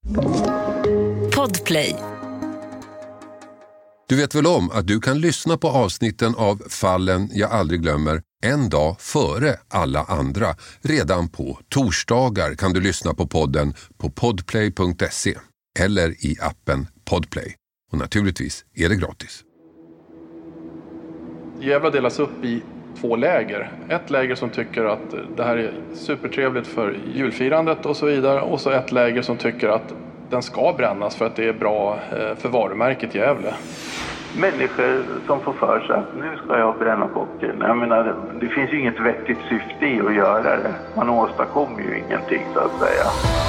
Podplay. Du vet väl om att du kan lyssna på avsnitten av Fallen jag aldrig glömmer en dag före alla andra. Redan på torsdagar kan du lyssna på podden på podplay.se eller i appen Podplay. Och naturligtvis är det gratis. Gävle delas upp i 2 läger. Ett läger som tycker att det här är supertrevligt för julfirandet och så vidare. Och så ett läger som tycker att den ska brännas för att det är bra för varumärket Gävle. Människor som får för sig att nu ska jag bränna bocken. Jag menar, det finns ju inget vettigt syfte i att göra det. Man åstadkommer ju ingenting så att säga.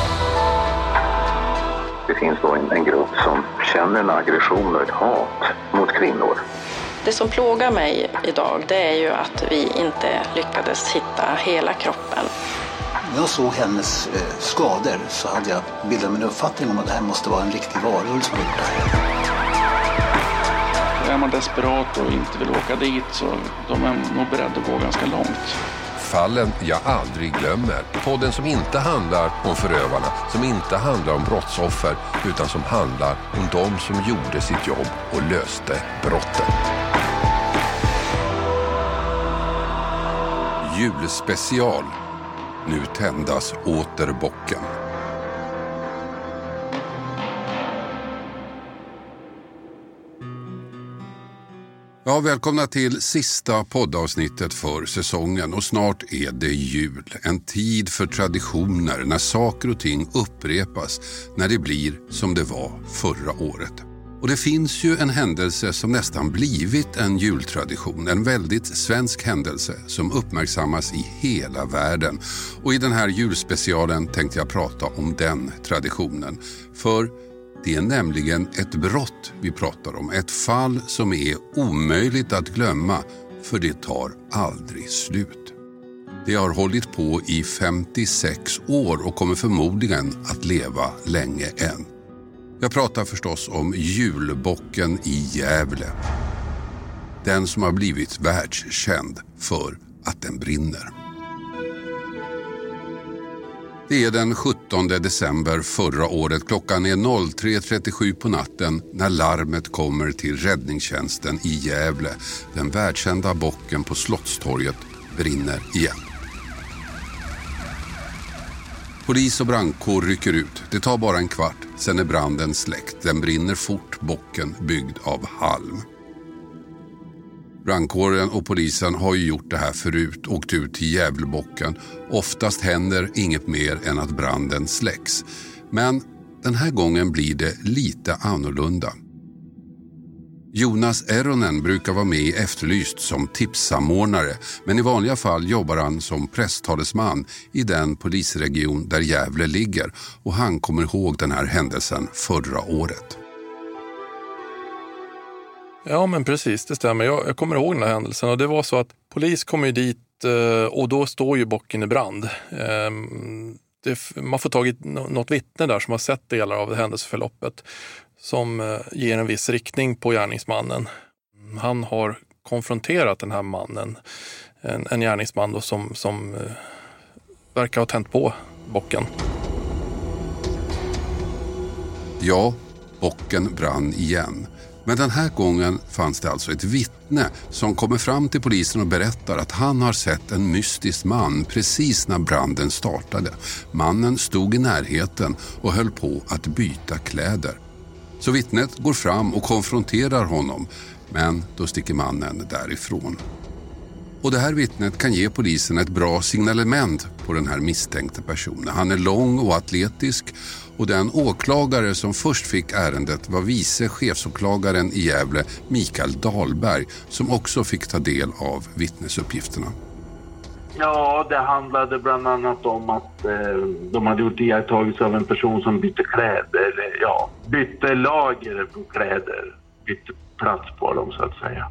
Det finns då en grupp som känner en aggression och ett hat mot kvinnor. Det som plågar mig idag, det är ju att vi inte lyckades hitta hela kroppen. När jag såg hennes skador så hade jag bildat min uppfattning om att det här måste vara en riktig varulv som gjort det här. Är man desperat och inte vill åka dit så de är nog beredda att gå ganska långt. Fallen jag aldrig glömmer. Podden som inte handlar om förövarna, som inte handlar om brottsoffer, utan som handlar om de som gjorde sitt jobb och löste brotten. Julspecial. Nu tändas åter bocken. Ja, välkomna till sista poddavsnittet för säsongen och snart är det jul. En tid för traditioner när saker och ting upprepas när det blir som det var förra året. Och det finns ju en händelse som nästan blivit en jultradition, en väldigt svensk händelse som uppmärksammas i hela världen. Och i den här julspecialen tänkte jag prata om den traditionen. För det är nämligen ett brott vi pratar om, ett fall som är omöjligt att glömma för det tar aldrig slut. Det har hållit på i 56 år och kommer förmodligen att leva länge än. Jag pratar förstås om julbocken i Gävle. Den som har blivit världskänd för att den brinner. Det är den 17 december förra året. Klockan är 03.37 på natten när larmet kommer till räddningstjänsten i Gävle. Den världskända bocken på Slottstorget brinner igen. Polis och brandkår rycker ut. Det tar bara en kvart, sen är branden släckt. Den brinner fort, bocken byggd av halm. Brandkåren och polisen har ju gjort det här förut, åkt ut till Gävlebocken. Oftast händer inget mer än att branden släcks. Men den här gången blir det lite annorlunda. Jonas Eronen brukar vara med i Efterlyst som tipssamordnare, men i vanliga fall jobbar han som presstalesman i den polisregion där Gävle ligger, och han kommer ihåg den här händelsen förra året. Ja, men precis, det stämmer. Jag kommer ihåg den här händelsen, och det var så att polis kom ju dit och då står ju bocken i brand. Man får tag i något vittne där som har sett delar av det händelseförloppet som ger en viss riktning på gärningsmannen. Han har konfronterat den här mannen, en gärningsman då som verkar ha tänt på bocken. Ja, bocken brann igen. Men den här gången fanns det alltså ett vittne som kommer fram till polisen och berättar att han har sett en mystisk man precis när branden startade. Mannen stod i närheten och höll på att byta kläder. Så vittnet går fram och konfronterar honom, men då sticker mannen därifrån. Och det här vittnet kan ge polisen ett bra signalement på den här misstänkta personen. Han är lång och atletisk, och den åklagare som först fick ärendet var vice chefsåklagaren i Gävle, Mikael Dahlberg, som också fick ta del av vittnesuppgifterna. Ja, det handlade bland annat om att de hade gjort iakttagelse av en person som bytte kläder, bytte lager på kläder, bytte plats på dem så att säga.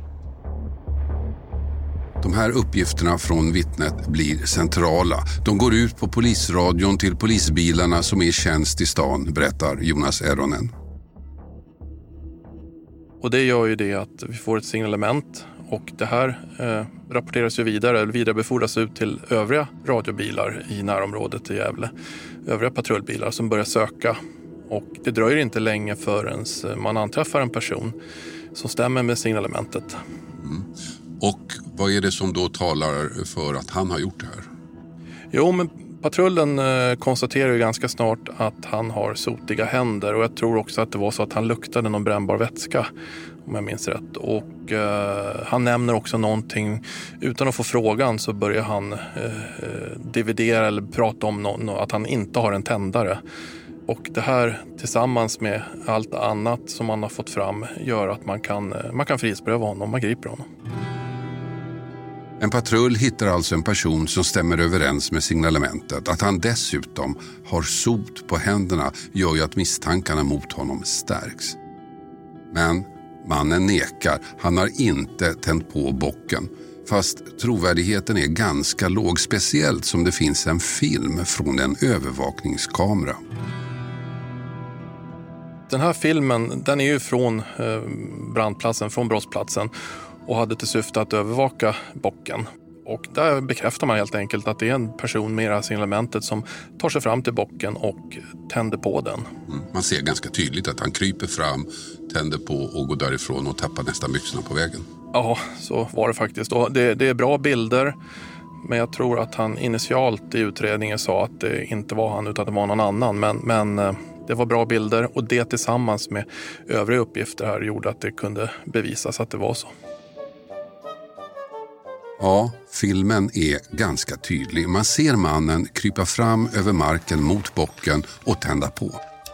De här uppgifterna från vittnet blir centrala. De går ut på polisradion till polisbilarna som är i tjänst i stan, berättar Jonas Eronen. Och det gör ju det att vi får ett signalement, och det här rapporteras ju vidare, eller vidarebefordras ut till övriga radiobilar i närområdet i Gävle. Övriga patrullbilar som börjar söka Och det dröjer inte länge förrän man anträffar en person som stämmer med signalementet. Och vad är det som då talar för att han har gjort det här? Jo, men patrullen konstaterar ju ganska snart att han har sotiga händer. Och jag tror också att det var så att han luktade någon brännbar vätska, om jag minns rätt. Och han nämner också någonting, utan att få frågan så börjar han dividera eller prata om att han inte har en tändare. Och det här tillsammans med allt annat som man har fått fram gör att man kan frihetsberöva honom, man griper honom. En patrull hittar alltså en person som stämmer överens med signalementet. Att han dessutom har sot på händerna gör ju att misstankarna mot honom stärks. Men mannen nekar, han har inte tänt på bocken. Fast trovärdigheten är ganska låg, speciellt som det finns en film från en övervakningskamera. Den här filmen, den är ju från brandplatsen, från brottsplatsen och hade till syfte att övervaka bocken. Och där bekräftar man helt enkelt att det är en person med det här signalementet som tar sig fram till bocken och tänder på den. Man ser ganska tydligt att han kryper fram, tänder på och går därifrån och tappar nästan byxorna på vägen. Ja, så var det faktiskt. Och det är bra bilder, men jag tror att han initialt i utredningen sa att det inte var han utan att det var någon annan. Men det var bra bilder och det tillsammans med övriga uppgifter här gjorde att det kunde bevisas att det var så. Ja, filmen är ganska tydlig. Man ser mannen krypa fram över marken mot bocken och tända på.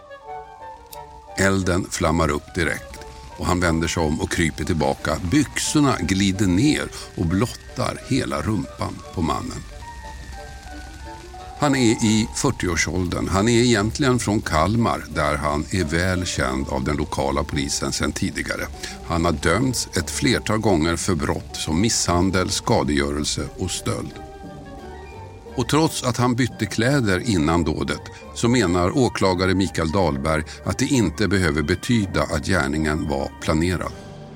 Elden flammar upp direkt och han vänder sig om och kryper tillbaka. Byxorna glider ner och blottar hela rumpan på mannen. Han är i 40-årsåldern. Han är egentligen från Kalmar där han är väl känd av den lokala polisen sedan tidigare. Han har dömts ett flertal gånger för brott som misshandel, skadegörelse och stöld. Och trots att han bytte kläder innan dådet så menar åklagare Mikael Dahlberg att det inte behöver betyda att gärningen var planerad.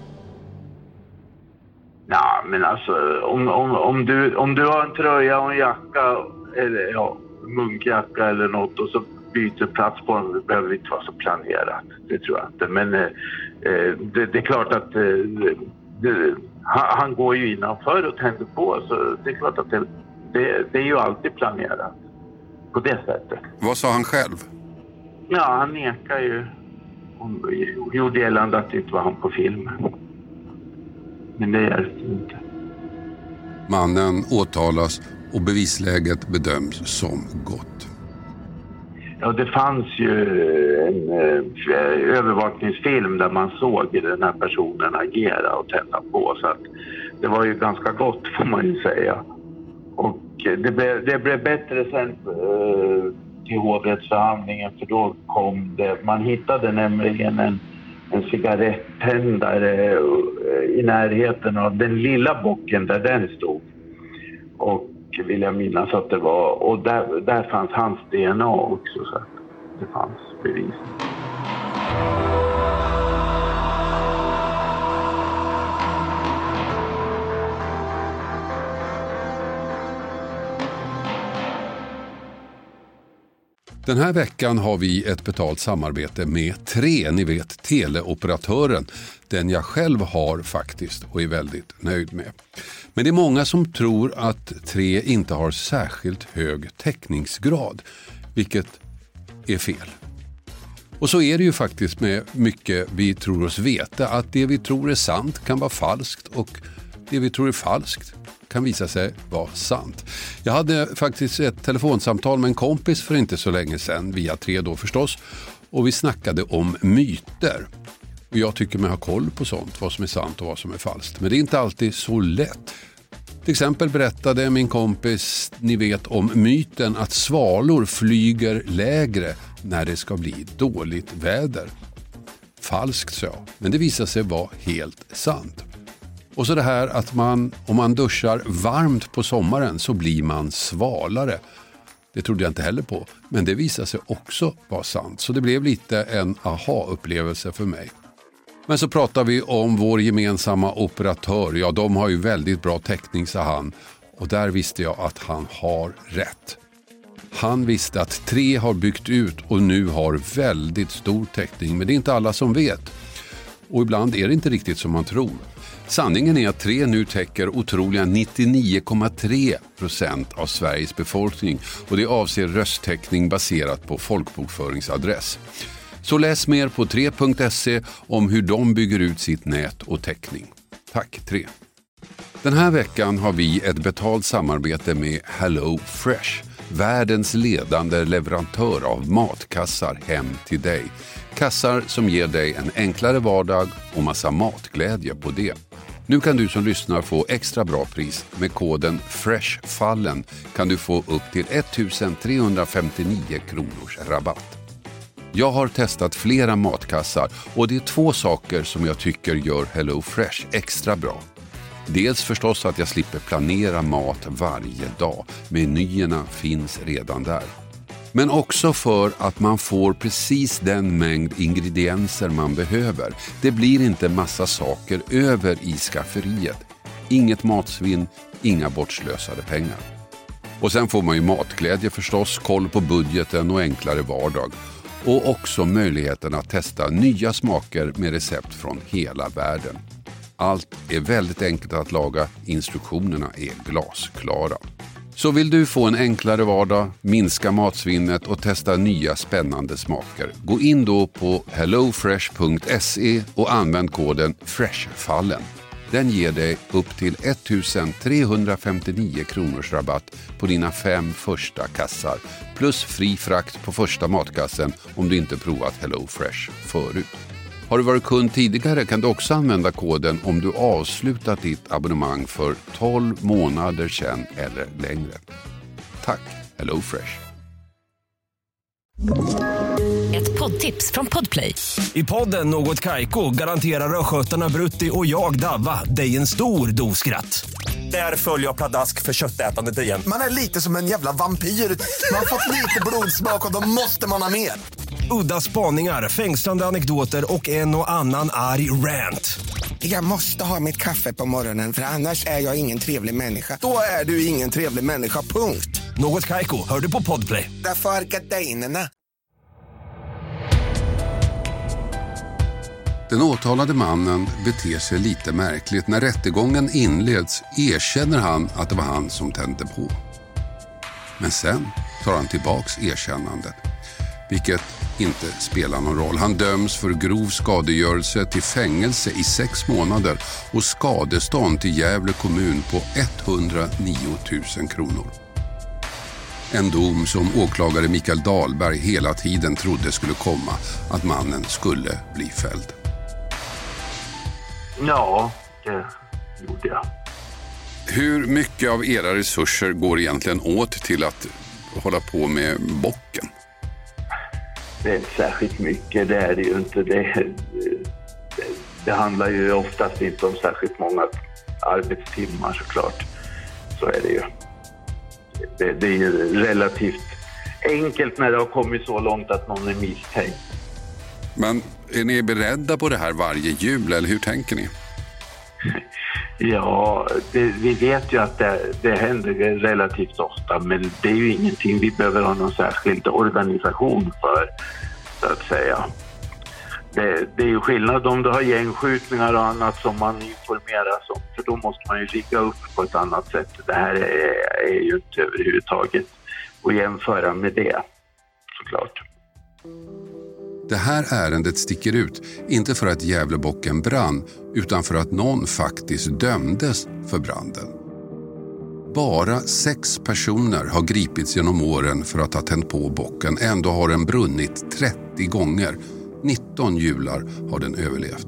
Ja, men alltså om du har en tröja och en jacka eller munkjacka eller något och så byter plats på den, det behöver inte vara så planerat. Det tror jag inte. Men det är klart att han går ju innanför och tänder på, så det är klart att det är ju alltid planerat på det sättet. Vad sa han själv? Ja, han nekar ju. Hon gjorde gällande att det inte var han på filmen. Men det är det inte. Mannen åtalas och bevisläget bedöms som gott. Ja, det fanns ju en övervakningsfilm där man såg den här personen agera och tända på. Så att det var ju ganska gott, får man ju säga. Och det blev bättre sen till hovrättsförhandlingen, för då kom det. Man hittade nämligen en cigarettändare i närheten av den lilla bocken där den stod. Och vill jag minnas att det var, och där fanns hans DNA också, så att det fanns bevis. Den här veckan har vi ett betalt samarbete med Tre, ni vet, teleoperatören. Den jag själv har faktiskt och är väldigt nöjd med. Men det är många som tror att Tre inte har särskilt hög täckningsgrad, vilket är fel. Och så är det ju faktiskt med mycket vi tror oss veta, att det vi tror är sant kan vara falskt och det vi tror är falskt kan visa sig vara sant. Jag hade faktiskt ett telefonsamtal med en kompis för inte så länge sedan, via Tre då förstås, och vi snackade om myter. Och jag tycker man har koll på sånt, vad som är sant och vad som är falskt. Men det är inte alltid så lätt. Till exempel berättade min kompis, ni vet, om myten att svalor flyger lägre när det ska bli dåligt väder. Falskt, så, men det visar sig vara helt sant. Och så det här att om man duschar varmt på sommaren så blir man svalare. Det trodde jag inte heller på, men det visar sig också vara sant. Så det blev lite en aha-upplevelse för mig. Men så pratar vi om vår gemensamma operatör. Ja, de har ju väldigt bra täckning, sa han. Och där visste jag att han har rätt. Han visste att 3 har byggt ut och nu har väldigt stor täckning, men det är inte alla som vet. Och ibland är det inte riktigt som man tror. Sanningen är att 3 nu täcker otroliga 99,3% av Sveriges befolkning och det avser rösttäckning baserat på folkbokföringsadress. Så läs mer på 3.se om hur de bygger ut sitt nät och täckning. Tack 3. Den här veckan har vi ett betalt samarbete med Hello Fresh, världens ledande leverantör av matkassar hem till dig. Kassar som ger dig en enklare vardag och massa matglädje på det. Nu kan du som lyssnar få extra bra pris. Med koden FRESHFALLEN kan du få upp till 1359 kronors rabatt. Jag har testat flera matkassar och det är 2 saker som jag tycker gör Hello Fresh extra bra. Dels förstås att jag slipper planera mat varje dag. Menyerna finns redan där. Men också för att man får precis den mängd ingredienser man behöver. Det blir inte massa saker över i skafferiet. Inget matsvinn, inga bortslösade pengar. Och sen får man ju matglädje förstås, koll på budgeten och enklare vardag. Och också möjligheten att testa nya smaker med recept från hela världen. Allt är väldigt enkelt att laga, instruktionerna är glasklara. Så vill du få en enklare vardag, minska matsvinnet och testa nya spännande smaker. Gå in då på hellofresh.se och använd koden FRESHFALLEN. Den ger dig upp till 1359 kronors rabatt på dina 5 första kassar. Plus fri frakt på första matkassen om du inte provat Hello Fresh förut. Har du varit kund tidigare kan du också använda koden om du avslutat ditt abonnemang för 12 månader sedan eller längre. Tack, Hello Fresh. Ett poddtips från Podplay. I podden Något Kaiko garanterar röskötarna Brutti och jag Davva dig en stor doskratt. Där följer jag pladask för köttätandet igen. Man är lite som en jävla vampyr. Man har fått lite blodsmak och då måste man ha mer. Udda spaningar, fängslande anekdoter och en och annan arg rant. Jag måste ha mitt kaffe på morgonen för annars är jag ingen trevlig människa. Då är du ingen trevlig människa, punkt. Något Kaiko, hör du på Podplay. Därför är gardinerna. Den åtalade mannen beter sig lite märkligt. När rättegången inleds erkänner han att det var han som tände på. Men sen tar han tillbaks erkännandet, vilket inte spelar någon roll. Han döms för grov skadegörelse till fängelse i 6 månader och skadestånd till Gävle kommun på 109 000 kronor. En dom som åklagare Mikael Dahlberg hela tiden trodde skulle komma, att mannen skulle bli fälld. Ja, det gjorde jag. Hur mycket av era resurser går egentligen åt till att hålla på med bocken? Det är inte särskilt mycket, det är det ju inte. Det handlar ju oftast inte om särskilt många arbetstimmar såklart. Så är det ju. Det är ju relativt enkelt när det har kommit så långt att någon är misstänkt. Men är ni beredda på det här varje jul eller hur tänker ni? Ja, vi vet ju att det händer relativt ofta, men det är ju ingenting vi behöver ha någon särskild organisation för, så att säga. Det är ju skillnad om du har gängskjutningar och annat som man informeras om, för då måste man ju ligga upp på ett annat sätt. Det här är ju inte överhuvudtaget att jämföra med det, såklart. Det här ärendet sticker ut, inte för att Gävlebocken brann, utan för att någon faktiskt dömdes för branden. Bara 6 personer har gripits genom åren för att ha tänt på bocken. Ändå har den brunnit 30 gånger. 19 jular har den överlevt.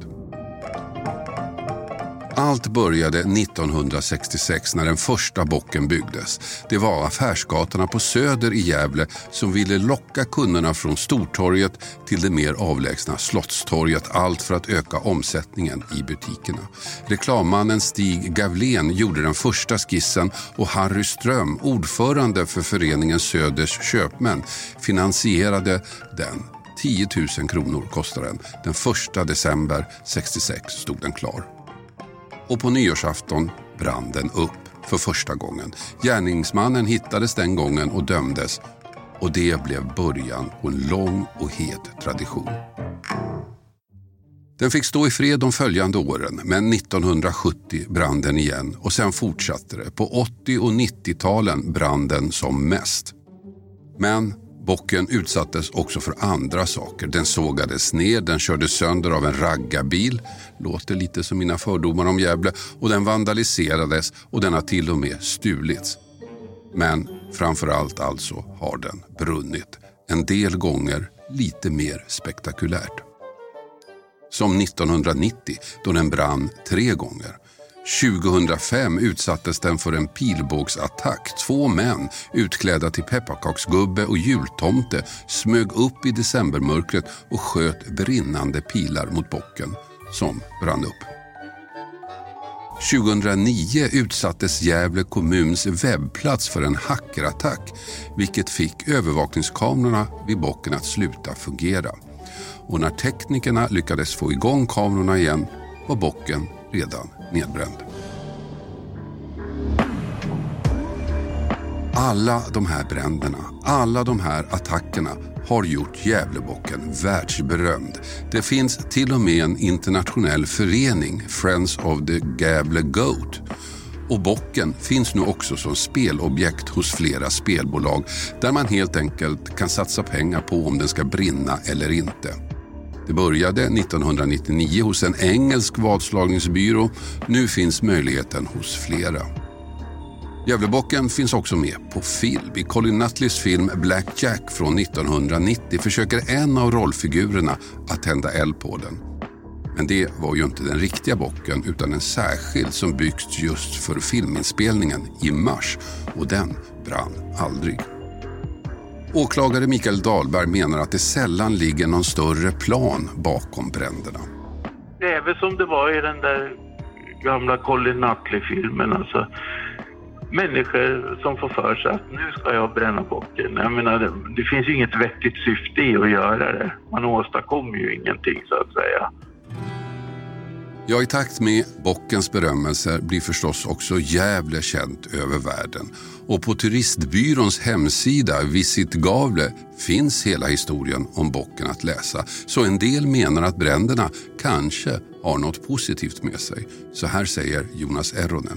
Allt började 1966 när den första bocken byggdes. Det var affärsgatorna på Söder i Gävle som ville locka kunderna från Stortorget till det mer avlägsna Slottstorget, allt för att öka omsättningen i butikerna. Reklammannen Stig Gavlén gjorde den första skissen och Harry Ström, ordförande för föreningen Söders köpmän, finansierade den. 10 000 kronor kostade den. Den 1 december 66 stod den klar. Och på nyårsafton brann den upp för första gången. Gärningsmannen hittades den gången och dömdes. Och det blev början på en lång och het tradition. Den fick stå i fred de följande åren, men 1970 brann den igen och sen fortsatte det. På 80- och 90-talen brann den som mest. Men bocken utsattes också för andra saker. Den sågades ner, den kördes sönder av en raggarbil, låter lite som mina fördomar om Gävle, och den vandaliserades och den har till och med stulits. Men framförallt alltså har den brunnit. En del gånger lite mer spektakulärt. Som 1990 då den brann 3 gånger. 2005 utsattes den för en pilbågsattack. 2 män utklädda till pepparkaksgubbe och jultomte smög upp i decembermörkret och sköt brinnande pilar mot bocken som brann upp. 2009 utsattes Gävle kommuns webbplats för en hackerattack, vilket fick övervakningskamerorna vid bocken att sluta fungera. Och när teknikerna lyckades få igång kamerorna igen var bocken redan nedbränd. Alla de här bränderna, alla de här attackerna har gjort Gävlebocken världsberömd. Det finns till och med en internationell förening, Friends of the Gävle Goat. Och bocken finns nu också som spelobjekt hos flera spelbolag där man helt enkelt kan satsa pengar på om den ska brinna eller inte. Det började 1999 hos en engelsk vadslagningsbyrå. Nu finns möjligheten hos flera. Gävlebocken finns också med på film. I Colin Nutleys film Black Jack från 1990 försöker en av rollfigurerna att tända eld på den. Men det var ju inte den riktiga bocken utan en särskild som byggts just för filminspelningen i mars. Och den brann aldrig. Åklagare Mikael Dahlberg menar att det sällan ligger någon större plan bakom bränderna. Det är väl som det var i den där gamla Colin Nutley-filmen. Alltså, människor som får för sig att nu ska jag bränna bocken. Jag menar, det finns ju inget vettigt syfte i att göra det. Man åstadkommer ju ingenting så att säga. Ja, i takt med bockens berömmelser blir förstås också Gävle känt över världen. Och på turistbyråns hemsida Visit Gavle finns hela historien om bocken att läsa. Så en del menar att bränderna kanske har något positivt med sig. Så här säger Jonas Erronen.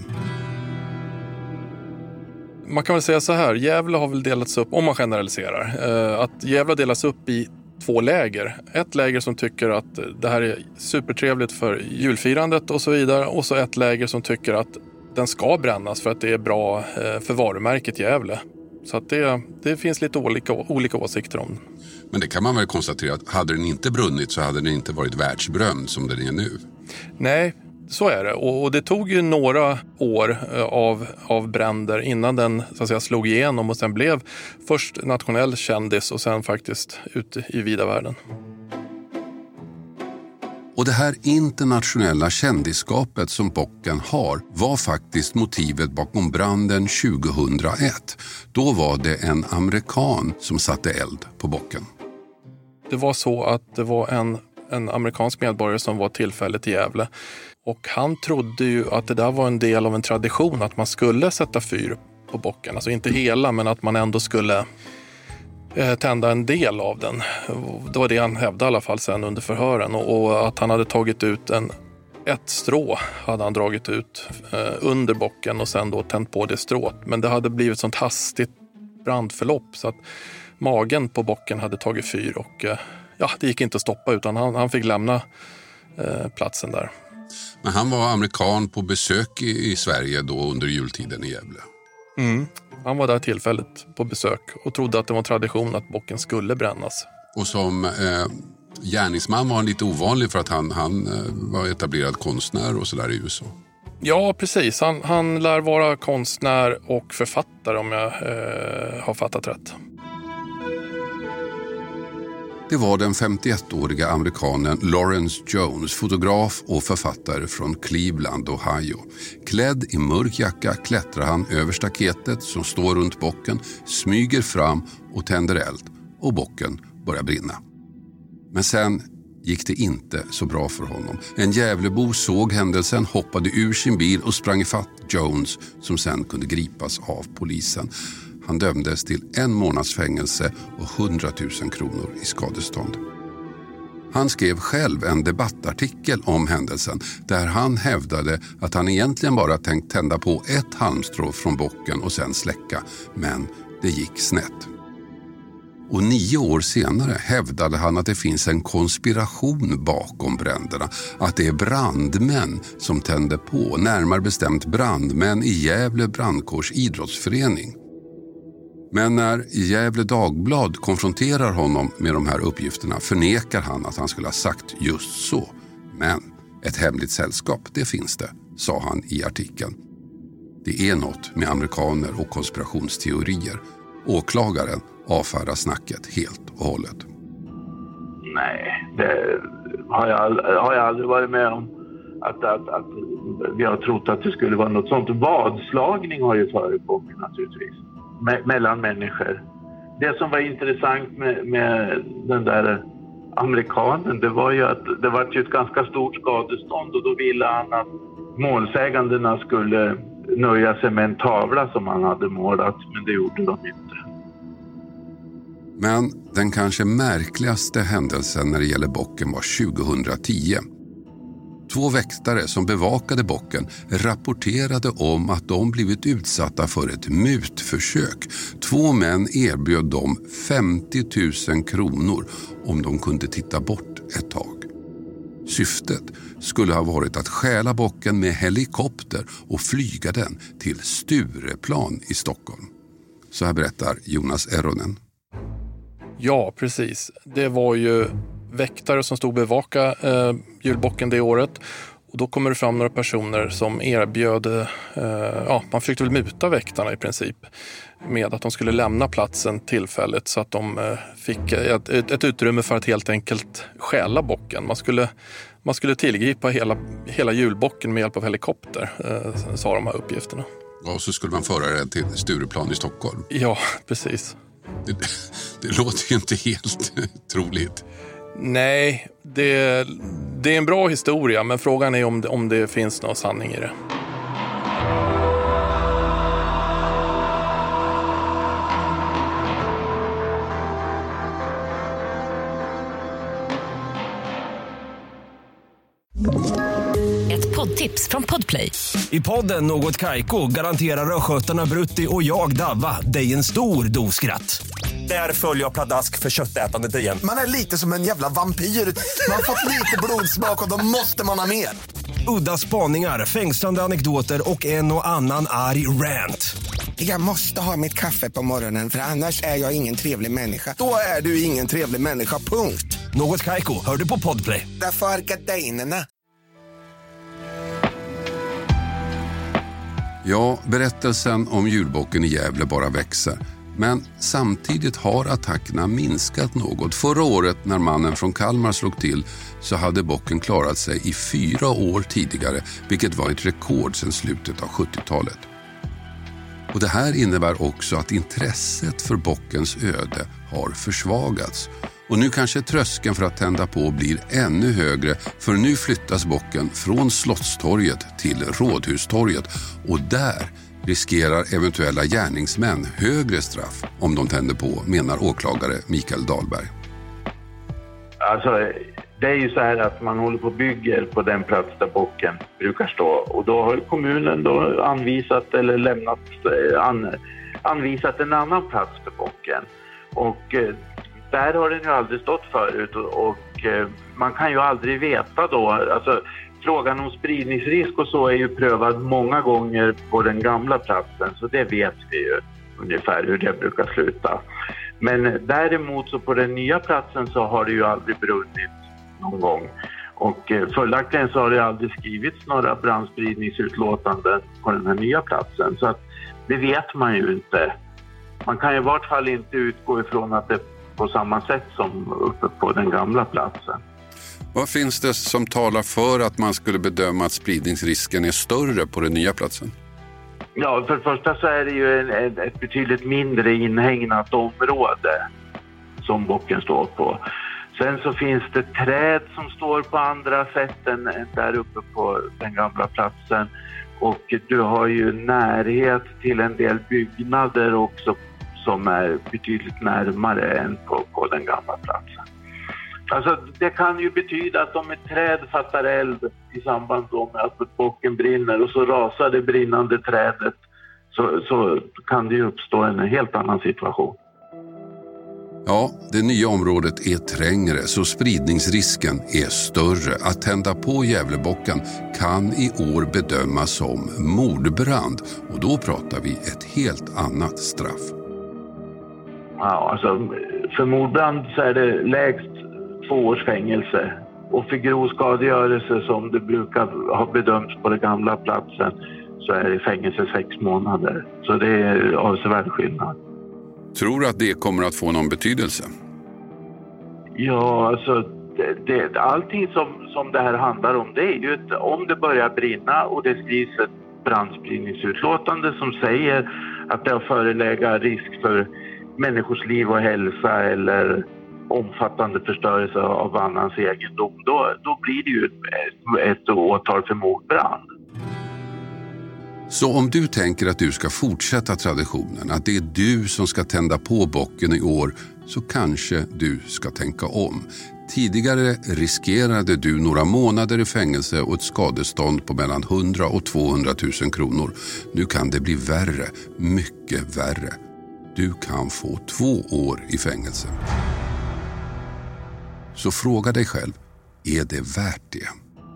Man kan väl säga så här, Gävle har väl delats upp, om man generaliserar, att Gävle delas upp i 2 läger. Ett läger som tycker att det här är supertrevligt för julfirandet och så vidare. Och så ett läger som tycker att den ska brännas för att det är bra för varumärket Gävle. Så att det finns lite olika åsikter om den. Men det kan man väl konstatera att hade den inte brunnit så hade den inte varit världsberömd som den är nu. Nej, så är det. Och det tog ju några år av bränder innan den så att säga slog igenom och sen blev först nationell kändis och sen faktiskt ute i vida världen. Och det här internationella kändisskapet som bocken har var faktiskt motivet bakom branden 2001. Då var det en amerikan som satte eld på bocken. Det var så att det var en amerikansk medborgare som var tillfälligt i Gävle. Och han trodde ju att det där var en del av en tradition att man skulle sätta fyr på bocken. Alltså inte hela, men att man ändå skulle tända en del av den. Det var det han hävdade i alla fall sen under förhören. Och att han hade tagit ut ett strå hade han dragit ut under bocken och sen då tänt på det strået. Men det hade blivit sånt hastigt brandförlopp så att magen på bocken hade tagit fyr och det gick inte att stoppa utan han fick lämna platsen där. Men han var amerikan på besök i Sverige då under jultiden i Gävle. Han var där tillfälligt på besök och trodde att det var en tradition att bocken skulle brännas. Och som gärningsman var han lite ovanlig för att han var etablerad konstnär och sådär i USA. Ja, precis. Han lär vara konstnär och författare om jag har fattat rätt. Det var den 51-åriga amerikanen Lawrence Jones, fotograf och författare från Cleveland, Ohio. Klädd i mörk jacka klättrar han över staketet som står runt bocken, smyger fram och tänder eld och bocken börjar brinna. Men sen gick det inte så bra för honom. En Gävlebo såg händelsen, hoppade ur sin bil och sprang ifatt Jones som sen kunde gripas av polisen. Han dömdes till 1 månads fängelse och 100 000 kronor i skadestånd. Han skrev själv en debattartikel om händelsen där han hävdade att han egentligen bara tänkt tända på ett halmstrå från bocken och sen släcka, men det gick snett. Och 9 år senare hävdade han att det finns en konspiration bakom bränderna, att det är brandmän som tände på, närmare bestämt brandmän i Gävle brandkårs idrottsförening. Men när Gävle Dagblad konfronterar honom med de här uppgifterna förnekar han att han skulle ha sagt just så. Men ett hemligt sällskap, det finns det, sa han i artikeln. Det är något med amerikaner och konspirationsteorier. Åklagaren avfärdar snacket helt och hållet. Nej, det har jag aldrig varit med om. Att vi har trott att det skulle vara något sånt. Vadslagning har ju förekommit naturligtvis. Mellan människor. Det som var intressant med den där amerikanen, det var ju att det var ju ett ganska stort skadestånd och då ville han att målsägandena skulle nöja sig med en tavla som han hade målat, men det gjorde de inte. Men den kanske märkligaste händelsen när det gäller bocken var 2010. 2 väktare som bevakade bocken rapporterade om att de blivit utsatta för ett mutförsök. 2 män erbjöd dem 50 000 kronor om de kunde titta bort ett tag. Syftet skulle ha varit att stjäla bocken med helikopter och flyga den till Stureplan i Stockholm. Så här berättar Jonas Eronen. Ja, precis. Det var ju väktare som stod bevaka julbocken det året. Och då kommer det fram några personer som erbjöd, man försökte väl muta väktarna i princip med att de skulle lämna platsen tillfälligt så att de fick ett utrymme för att helt enkelt stjäla bocken. Man skulle tillgripa hela julbocken med hjälp av helikopter, sa de här uppgifterna. Och så skulle man föra det till Stureplan i Stockholm. Ja, precis. Det låter ju inte helt troligt. Nej, det är en bra historia, men frågan är om det finns någon sanning i det. Ett poddtips från Podplay. I podden Något Kaiko garanterar röskötarna Brutti och jag Davva dig en stor doskratt. Där följer jag pladask för köttätandet igen. Man är lite som en jävla vampyr. Man har fått lite blodsmak och då måste man ha mer. Udda spaningar, fängslande anekdoter och en och annan arg rant. Jag måste ha mitt kaffe på morgonen för annars är jag ingen trevlig människa. Då är du ingen trevlig människa, punkt. Något Kaiko, hör du på Podplay. Därför är gardinerna. Ja, berättelsen om julbocken i Gävle bara växer. Men samtidigt har attackerna minskat något. Förra året när mannen från Kalmar slog till så hade bocken klarat sig i 4 år tidigare, vilket var ett rekord sedan slutet av 70-talet. Och det här innebär också att intresset för bockens öde har försvagats. Och nu kanske tröskeln för att tända på blir ännu högre, för nu flyttas bocken från Slottstorget till Rådhustorget och där riskerar eventuella gärningsmän högre straff om de tänder på, menar åklagare Mikael Dahlberg. Alltså, det är ju så här att man håller på och bygger på den plats där bocken brukar stå. Och då har kommunen då anvisat en annan plats för bocken. Och där har den ju aldrig stått förut och man kan ju aldrig veta då. Alltså, frågan om spridningsrisk och så är ju prövad många gånger på den gamla platsen, så det vet vi ju ungefär hur det brukar sluta. Men däremot så på den nya platsen så har det ju aldrig brunnit någon gång. Och följaktligen så har det aldrig skrivits några brandspridningsutlåtanden på den här nya platsen. Så att det vet man ju inte. Man kan i vart fall inte utgå ifrån att det är på samma sätt som uppe på den gamla platsen. Vad finns det som talar för att man skulle bedöma att spridningsrisken är större på den nya platsen? Ja, för det första så är det ju ett betydligt mindre inhägnat område som bocken står på. Sen så finns det träd som står på andra sätt än där uppe på den gamla platsen. Och du har ju närhet till en del byggnader också som är betydligt närmare än på den gamla platsen. Alltså det kan ju betyda att om ett träd fattar eld i samband med att bocken brinner och så rasar det brinnande trädet, så kan det ju uppstå en helt annan situation. Ja, det nya området är trängre så spridningsrisken är större. Att tända på Gävlebocken kan i år bedömas som mordbrand och då pratar vi ett helt annat straff. Ja, alltså för mordbrand så är det lägst 2 års fängelse och för grov skadegörelse som det brukar ha bedömts på den gamla platsen så är det fängelse 6 månader. Så det är avsevärd skillnad. Tror du att det kommer att få någon betydelse? Ja, alltså allting som det här handlar om, det är ju att om det börjar brinna och det skrivs ett brandspridningsutlåtande som säger att det har förelegat risk för människors liv och hälsa eller omfattande förstörelse av annans egendom, då blir det ju ett åtal för mordbrand. Så om du tänker att du ska fortsätta traditionen, att det är du som ska tända på bocken i år, så kanske du ska tänka om. Tidigare riskerade du några månader i fängelse och ett skadestånd på mellan 100 och 200 000 kronor. Nu kan det bli värre, mycket värre. Du kan få 2 år i fängelse. Så fråga dig själv, är det värt det?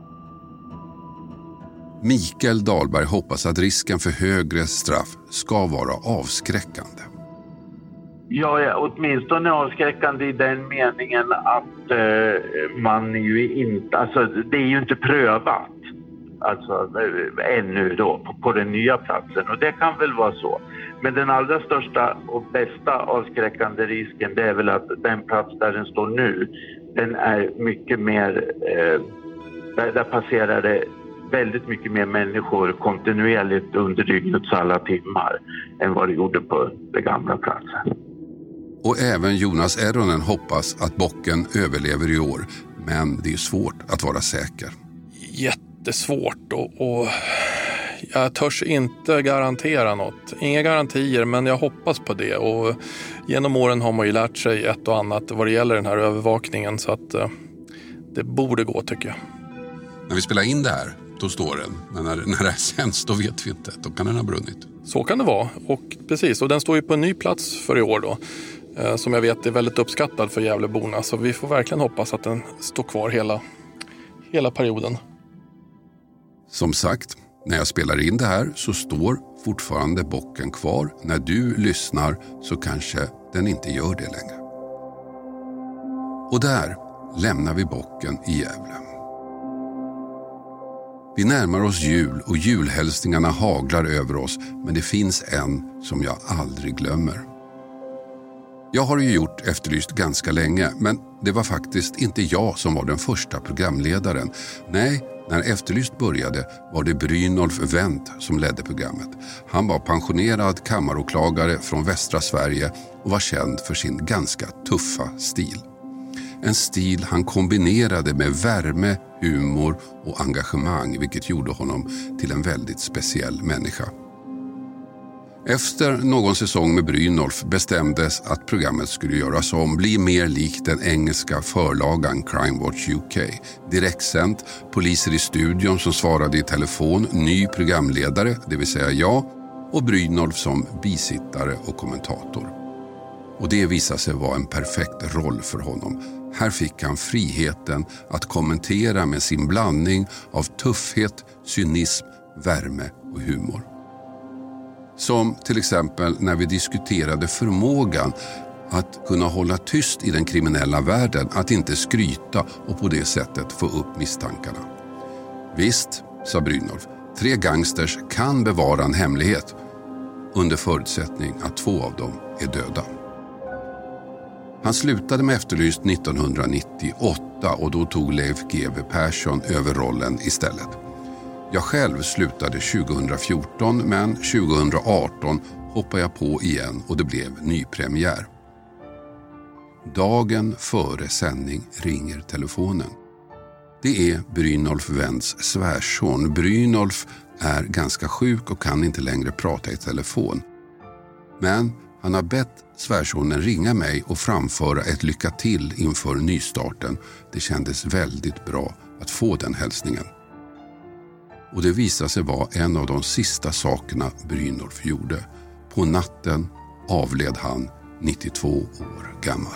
Mikael Dahlberg hoppas att risken för högre straff ska vara avskräckande. Ja, åtminstone avskräckande i den meningen att man ju inte, alltså det är ju inte prövat alltså ännu då på den nya platsen och det kan väl vara så. Men den allra största och bästa avskräckande risken, det är väl att den plats där den står nu, den är mycket mer, där passerar det väldigt mycket mer människor kontinuerligt under dygnets alla timmar än vad det gjorde på den gamla platsen. Och även Jonas Eronen hoppas att bocken överlever i år, men det är svårt att vara säker. Jättesvårt och jag törs inte garantera något. Inga garantier, men jag hoppas på det. Och genom åren har man ju lärt sig ett och annat vad det gäller den här övervakningen, så att det borde gå, tycker jag. När vi spelar in det här, då står den. Men när det här sänds, då vet vi inte. Då kan den ha brunnit. Så kan det vara. Och precis, och den står ju på en ny plats för i år då. Som jag vet är väldigt uppskattad för Gävleborna. Så vi får verkligen hoppas att den står kvar hela perioden. Som sagt, när jag spelar in det här så står fortfarande bocken kvar. När du lyssnar så kanske den inte gör det längre. Och där lämnar vi bocken i Gävle. Vi närmar oss jul och julhälsningarna haglar över oss, men det finns en som jag aldrig glömmer. Jag har ju gjort Efterlyst ganska länge, men det var faktiskt inte jag som var den första programledaren. Nej, när Efterlyst började var det Brynolf Wendt som ledde programmet. Han var pensionerad kammaråklagare från västra Sverige och var känd för sin ganska tuffa stil. En stil han kombinerade med värme, humor och engagemang, vilket gjorde honom till en väldigt speciell människa. Efter någon säsong med Brynolf bestämdes att programmet skulle göras om, bli mer likt den engelska förlagan Crime Watch UK. Direktsänt, poliser i studion som svarade i telefon, ny programledare, det vill säga jag, och Brynolf som bisittare och kommentator. Och det visade sig vara en perfekt roll för honom. Här fick han friheten att kommentera med sin blandning av tuffhet, cynism, värme och humor. Som till exempel när vi diskuterade förmågan att kunna hålla tyst i den kriminella världen, att inte skryta och på det sättet få upp misstankarna. Visst, sa Brynolf, 3 gangsters kan bevara en hemlighet under förutsättning att 2 av dem är döda. Han slutade med Efterlyst 1998 och då tog Leif GW Persson över rollen istället. Jag själv slutade 2014, men 2018 hoppade jag på igen och det blev nypremiär. Dagen före sändning ringer telefonen. Det är Brynolf Wendts svärson. Brynolf är ganska sjuk och kan inte längre prata i telefon. Men Han har bett svärsonen ringa mig och framföra ett lycka till inför nystarten. Det kändes väldigt bra att få den hälsningen. Och det visade sig vara en av de sista sakerna Brynolf gjorde. På natten avled han 92 år gammal.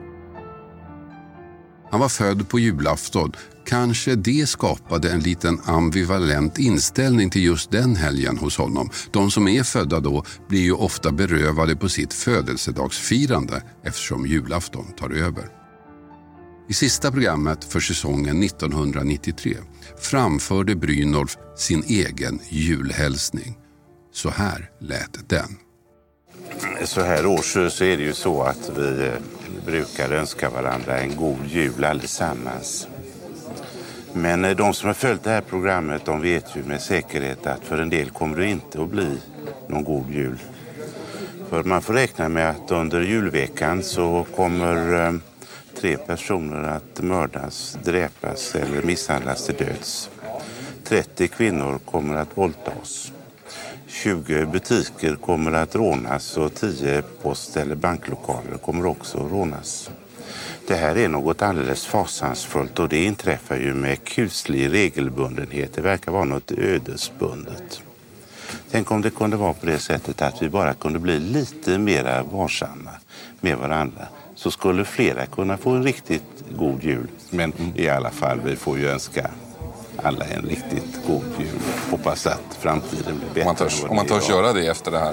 Han var född på julafton. Kanske det skapade en liten ambivalent inställning till just den helgen hos honom. De som är födda då blir ju ofta berövade på sitt födelsedagsfirande eftersom julafton tar över. I sista programmet för säsongen 1993 framförde Brynolf sin egen julhälsning. Så här lät den. Så här års så är det ju så att vi brukar önska varandra en god jul allesammans. Men de som har följt det här programmet, de vet ju med säkerhet att för en del kommer det inte att bli någon god jul. För man får räkna med att under julveckan så kommer 3 personer att mördas, dräpas eller misshandlas till döds. 30 kvinnor kommer att våldtas. 20 butiker kommer att rånas och 10 post- eller banklokaler kommer också att rånas. Det här är något alldeles fasansfullt och det inträffar ju med kuslig regelbundenhet. Det verkar vara något ödesbundet. Tänk om det kunde vara på det sättet att vi bara kunde bli lite mer varsamma med varandra. Så skulle flera kunna få en riktigt god jul. Men i alla fall, vi får ju önska alla en riktigt god jul. Hoppas att framtiden blir bättre. Om man törs göra det efter det här.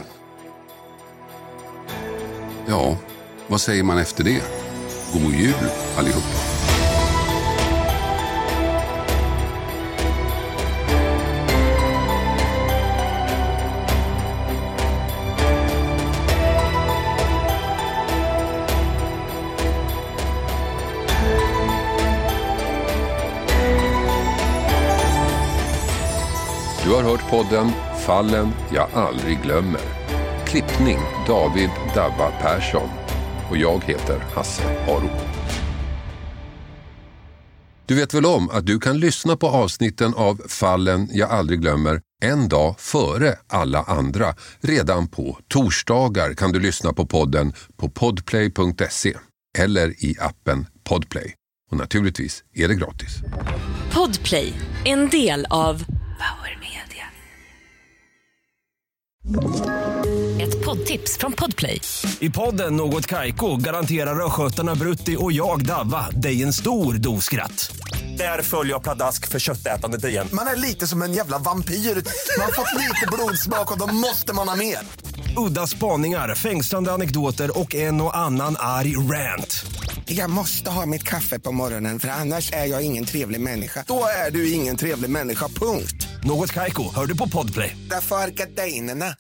Ja, vad säger man efter det? God jul allihopa. Du har hört podden Fallen jag aldrig glömmer. Klippning David Dabba Persson. Och jag heter Hasse Aro. Du vet väl om att du kan lyssna på avsnitten av Fallen jag aldrig glömmer en dag före alla andra. Redan på torsdagar kan du lyssna på podden på podplay.se eller i appen Podplay. Och naturligtvis är det gratis. Podplay, en del av Power Media. Ett poddtips från Podplay. I podden Något Kaiko garanterar röskötarna Brutti och jag Davva dig en stor doskratt. Där följer jag pladask för köttätandet igen. Man är lite som en jävla vampyr. Man har fått lite blodsmak och då måste man ha mer. Udda spaningar, fängslande anekdoter och en och annan arg rant. Jag måste ha mitt kaffe på morgonen för annars är jag ingen trevlig människa. Då är du ingen trevlig människa, punkt. Något Kaiko, hör du på Podplay. Därför är gardinerna.